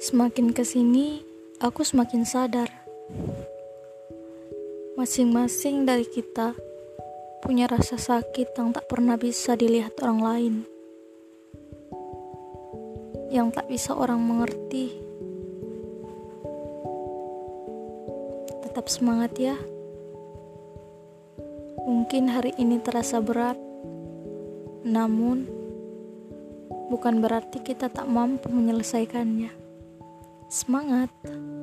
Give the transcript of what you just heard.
Semakin kesini, aku semakin sadar. Masing-masing dari kita punya rasa sakit yang tak pernah bisa dilihat orang lain, yang tak bisa orang mengerti. Tetap semangat ya. Mungkin hari ini terasa berat, namun bukan berarti kita tak mampu menyelesaikannya. Semangat!